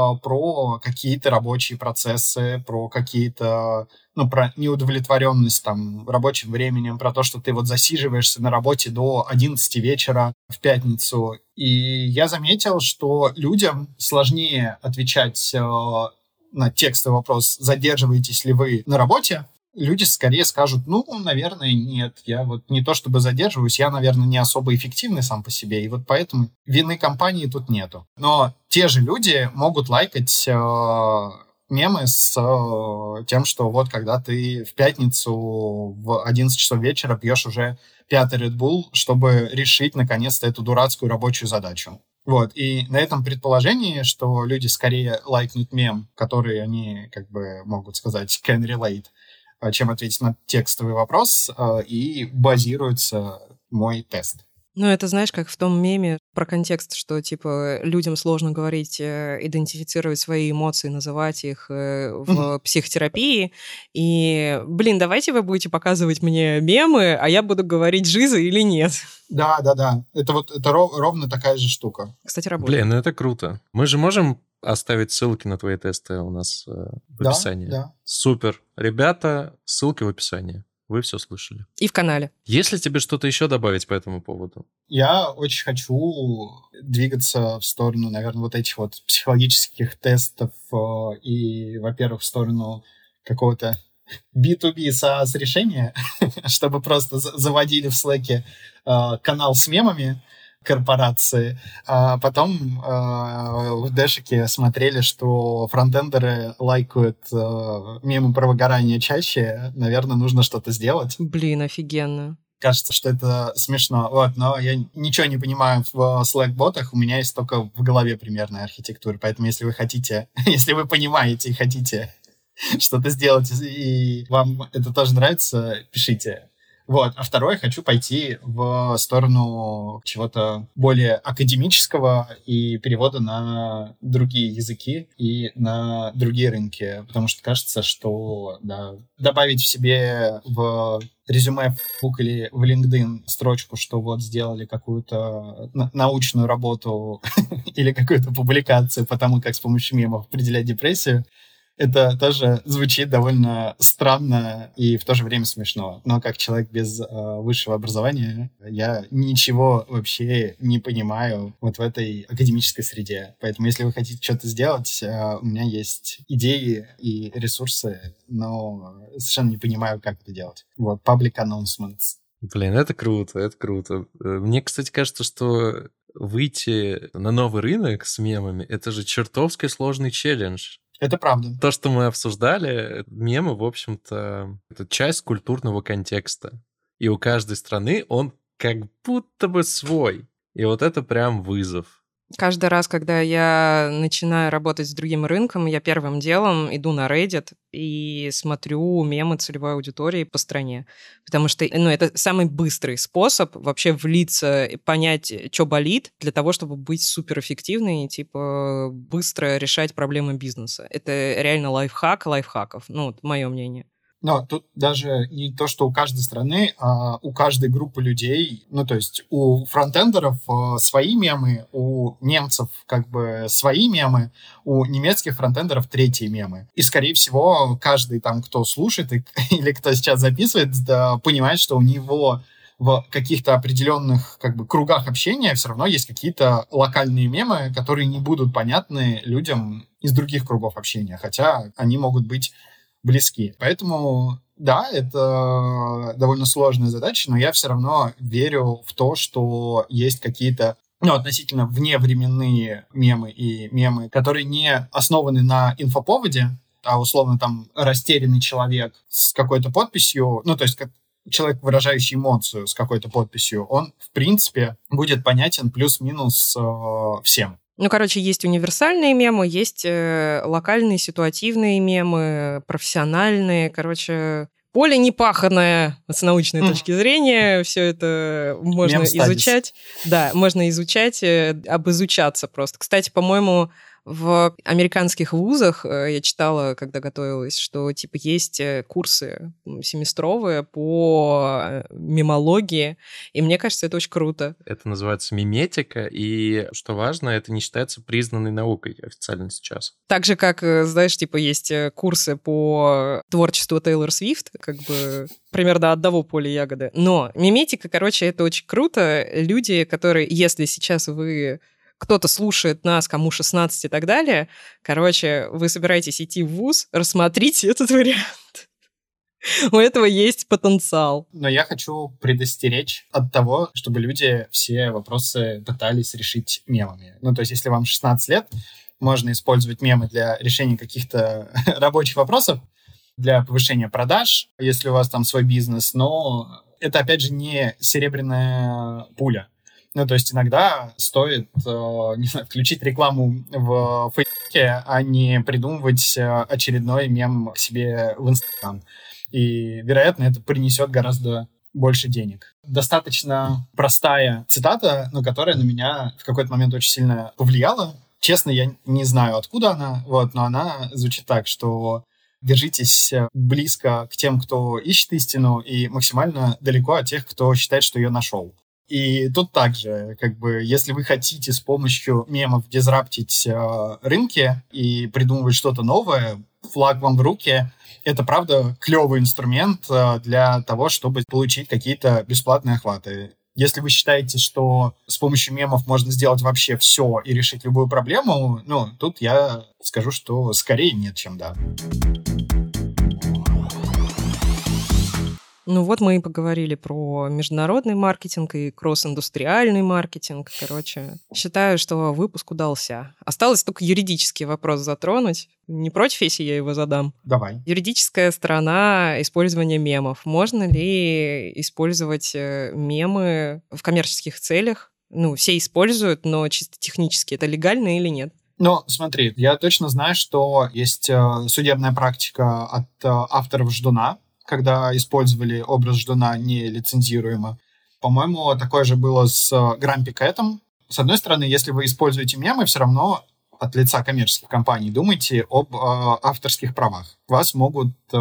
про какие-то рабочие процессы, про какие-то, ну, про неудовлетворенность там рабочим временем, про то, что ты вот засиживаешься на работе до одиннадцати вечера в пятницу. И я заметил, что людям сложнее отвечать э, на текстовый вопрос, задерживаетесь ли вы на работе. Люди скорее скажут, ну, наверное, нет. Я вот не то чтобы задерживаюсь, я, наверное, не особо эффективный сам по себе, и вот поэтому вины компании тут нету. Но те же люди могут лайкать э, мемы с э, тем, что вот когда ты в пятницу в одиннадцать часов вечера пьешь уже пятый Red Bull, чтобы решить, наконец-то, эту дурацкую рабочую задачу. Вот, и на этом предположении, что люди скорее лайкнут мем, который они, как бы, могут сказать, can relate, чем ответить на текстовый вопрос, и базируется мой тест. Ну, это знаешь, как в том меме про контекст, что, типа, людям сложно говорить, э, идентифицировать свои эмоции, называть их э, в Мгм. психотерапии. И, блин, давайте вы будете показывать мне мемы, а я буду говорить, жиза или нет. Да, да, да. Это вот это ров- ровно такая же штука. Кстати, работает. Блин, ну это круто. Мы же можем оставить ссылки на твои тесты у нас э, в Да, описании. да. Супер. Ребята, ссылки в описании. Вы все слышали. И в канале. Есть ли тебе что-то еще добавить по этому поводу? Я очень хочу двигаться в сторону, наверное, вот этих вот психологических тестов э, и, во-первых, в сторону какого-то би ту би SaaS решения, чтобы просто за- заводили в Slack э, канал с мемами корпорации, а потом э, в Дэшике смотрели, что фронтендеры лайкают э, мемы про выгорание чаще, наверное, нужно что-то сделать. Блин, офигенно. Кажется, что это смешно. Вот, но я ничего не понимаю в Slack-ботах, у меня есть только в голове примерная архитектура, поэтому если вы хотите, если вы понимаете и хотите что-то сделать, и вам это тоже нравится, пишите. Вот. А второе, хочу пойти в сторону чего-то более академического и перевода на другие языки и на другие рынки, потому что кажется, что да, добавить в себе в резюме в Facebook или в LinkedIn строчку, что вот сделали какую-то на- научную работу или какую-то публикацию по тому, как с помощью мемов определять депрессию, это тоже звучит довольно странно и в то же время смешно. Но как человек без э, высшего образования, я ничего вообще не понимаю вот в этой академической среде. Поэтому если вы хотите что-то сделать, э, у меня есть идеи и ресурсы, но совершенно не понимаю, как это делать. Вот, public announcements. Блин, это круто, это круто. Э, Мне, кстати, кажется, что выйти на новый рынок с мемами — это же чертовски сложный челлендж. Это правда. То, что мы обсуждали, мемы, в общем-то, это часть культурного контекста. И у каждой страны он как будто бы свой. И вот это прям вызов. Каждый раз, когда я начинаю работать с другим рынком, я первым делом иду на Reddit и смотрю мемы целевой аудитории по стране. Потому что ну, это самый быстрый способ вообще влиться и понять, что болит, для того, чтобы быть суперэффективной и типа быстро решать проблемы бизнеса. Это реально лайфхак лайфхаков, ну, вот мое мнение. Но тут даже не то, что у каждой страны, а у каждой группы людей, ну, то есть у фронтендеров э, свои мемы, у немцев как бы свои мемы, у немецких фронтендеров третьи мемы. И, скорее всего, каждый там, кто слушает и, или кто сейчас записывает, да, понимает, что у него в каких-то определенных как бы кругах общения все равно есть какие-то локальные мемы, которые не будут понятны людям из других кругов общения, хотя они могут быть близки. Поэтому, да, это довольно сложная задача, но я все равно верю в то, что есть какие-то ну, относительно вневременные мемы и мемы, которые не основаны на инфоповоде, а условно там растерянный человек с какой-то подписью, ну, то есть как человек, выражающий эмоцию с какой-то подписью, он, в принципе, будет понятен плюс-минус э, всем. Ну, короче, есть универсальные мемы, есть э, локальные, ситуативные мемы, профессиональные. Короче, поле непаханное с научной mm. точки зрения. Все это можно изучать. Да, можно изучать, э, обизучаться просто. Кстати, по-моему, в американских вузах я читала, когда готовилась, что типа есть курсы семестровые по мемологии, и мне кажется, это очень круто. Это называется миметика, и, что важно, это не считается признанной наукой официально сейчас. Так же, как, знаешь, типа есть курсы по творчеству Тейлор Свифт, как бы примерно одного поля ягоды. Но миметика, короче, это очень круто. Люди, которые, если сейчас вы... кто-то слушает нас, кому шестнадцать и так далее. Короче, вы собираетесь идти в вуз, рассмотрите этот вариант. У этого есть потенциал. Но я хочу предостеречь от того, чтобы люди все вопросы пытались решить мемами. Ну, то есть, если вам шестнадцать лет, можно использовать мемы для решения каких-то рабочих вопросов, для повышения продаж, если у вас там свой бизнес, но это, опять же, не серебряная пуля. Ну, то есть иногда стоит, э, не знаю, включить рекламу в Фейсбуке, а не придумывать очередной мем к себе в Инстаграм. И, вероятно, это принесет гораздо больше денег. Достаточно простая цитата, но которая на меня в какой-то момент очень сильно повлияла. Честно, я не знаю, откуда она, вот, но она звучит так, что держитесь близко к тем, кто ищет истину, и максимально далеко от тех, кто считает, что ее нашел. И тут также, как бы, если вы хотите с помощью мемов дизраптить э, рынки и придумывать что-то новое, флаг вам в руки. Это, правда, клевый инструмент э, для того, чтобы получить какие-то бесплатные охваты. Если вы считаете, что с помощью мемов можно сделать вообще все и решить любую проблему, ну, тут я скажу, что скорее нет, чем да. Ну вот мы и поговорили про международный маркетинг и кросс-индустриальный маркетинг. Короче, считаю, что выпуск удался. Осталось только юридический вопрос затронуть. Не против, если я его задам? Давай. Юридическая сторона использования мемов. Можно ли использовать мемы в коммерческих целях? Ну, все используют, но чисто технически это легально или нет? Ну, смотри, я точно знаю, что есть судебная практика от авторов «Ждуна», когда использовали образ ждуна нелицензируемо. По-моему, такое же было с Grumpy Cat'ом. С одной стороны, если вы используете мемы, все равно от лица коммерческих компаний думайте об э, авторских правах. Вас могут э,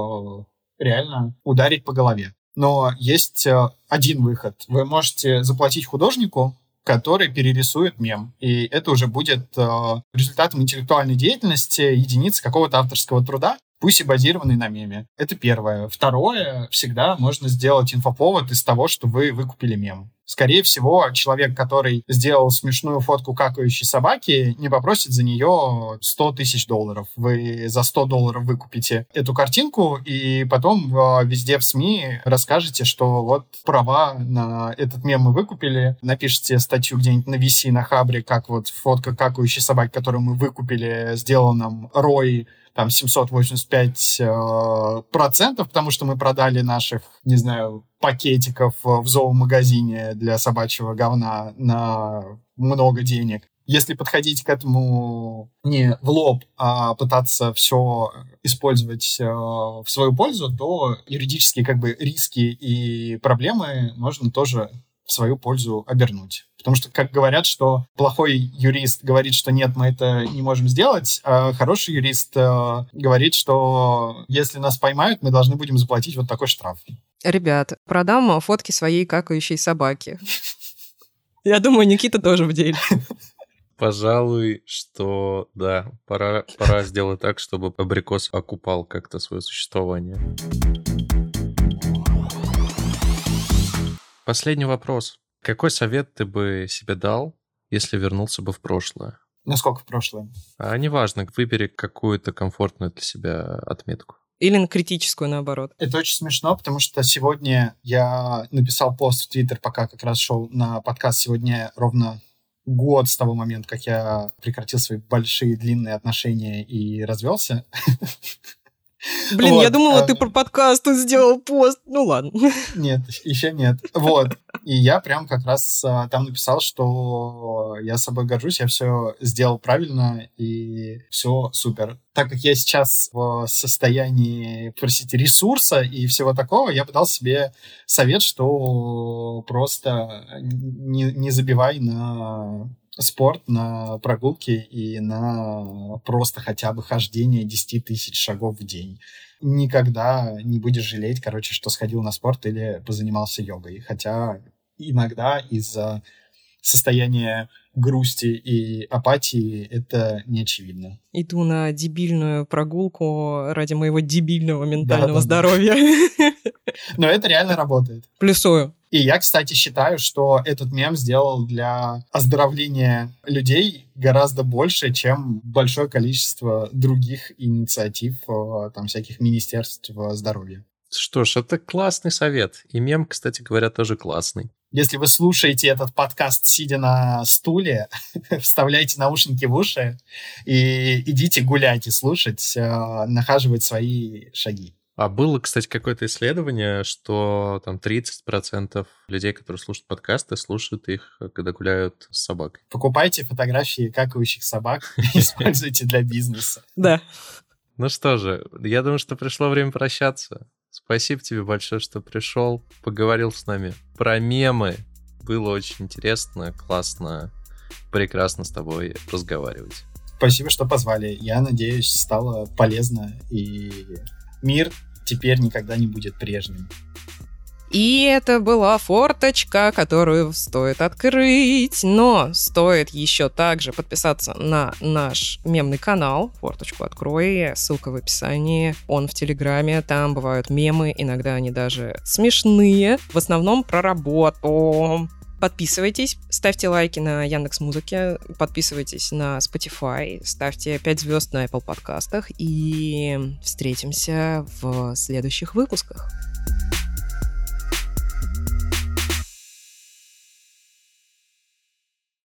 реально ударить по голове. Но есть э, один выход. Вы можете заплатить художнику, который перерисует мем. И это уже будет э, результатом интеллектуальной деятельности единицы какого-то авторского труда, пусть и базированный на меме. Это первое. Второе, всегда можно сделать инфоповод из того, что вы выкупили мем. Скорее всего, человек, который сделал смешную фотку какающей собаки, не попросит за нее сто тысяч долларов. Вы за сто долларов выкупите эту картинку, и потом везде в СМИ расскажете, что вот права на этот мем мы выкупили, напишите статью где-нибудь на ви си, на Хабре, как вот фотка какающей собаки, которую мы выкупили, сделал нам Рой, там, семьсот восемьдесят пять процентов, потому что мы продали наших, не знаю, пакетиков в зоомагазине для собачьего говна на много денег. Если подходить к этому не в лоб, а пытаться все использовать в свою пользу, то юридические как бы риски и проблемы можно тоже в свою пользу обернуть. Потому что, как говорят, что плохой юрист говорит, что нет, мы это не можем сделать, а хороший юрист э, говорит, что если нас поймают, мы должны будем заплатить вот такой штраф. Ребят, продам фотки своей какающей собаки. Я думаю, Никита тоже в деле. Пожалуй, что да, пора, пора сделать так, чтобы абрикос окупал как-то свое существование. Последний вопрос. Какой совет ты бы себе дал, если вернулся бы в прошлое? Насколько в прошлое? А неважно, выбери какую-то комфортную для себя отметку. Или на критическую, наоборот. Это очень смешно, потому что сегодня я написал пост в Твиттер, пока как раз шел на подкаст. Сегодня ровно год с того момента, как я прекратил свои большие длинные отношения и развелся. Блин, вот. я думала, ты про подкаст сделал пост. Ну ладно. Нет, еще нет. Вот. И я прям как раз а, там написал, что я собой горжусь, я все сделал правильно, и все супер. Так как я сейчас в состоянии, простите, ресурса и всего такого, я бы дал себе совет, что просто не, не забивай на спорт, на прогулки и на просто хотя бы хождение десять тысяч шагов в день. Никогда не будешь жалеть, короче, что сходил на спорт или позанимался йогой. Хотя иногда из-за состояния грусти и апатии это не очевидно. Иду на дебильную прогулку ради моего дебильного ментального Да, да, здоровья. Но это реально работает. Плюсую. И я, кстати, считаю, что этот мем сделал для оздоровления людей гораздо больше, чем большое количество других инициатив, там, всяких министерств здоровья. Что ж, это классный совет. И мем, кстати говоря, тоже классный. Если вы слушаете этот подкаст, сидя на стуле, вставляйте наушники в уши и идите гулять и слушать, нахаживать свои шаги. А было, кстати, какое-то исследование, что там тридцать процентов людей, которые слушают подкасты, слушают их, когда гуляют с собакой. Покупайте фотографии какающих собак и используйте для бизнеса. Да. Ну что же, я думаю, что пришло время прощаться. Спасибо тебе большое, что пришел, поговорил с нами про мемы. Было очень интересно, классно, прекрасно с тобой разговаривать. Спасибо, что позвали. Я надеюсь, стало полезно, и мир теперь никогда не будет прежним. И это была форточка, которую стоит открыть. Но стоит еще также подписаться на наш мемный канал. Форточку открой, ссылка в описании. Он в Телеграме, там бывают мемы, иногда они даже смешные. В основном про работу. Подписывайтесь, ставьте лайки на Яндекс.Музыке, подписывайтесь на Spotify, ставьте пять звезд на Apple подкастах и встретимся в следующих выпусках.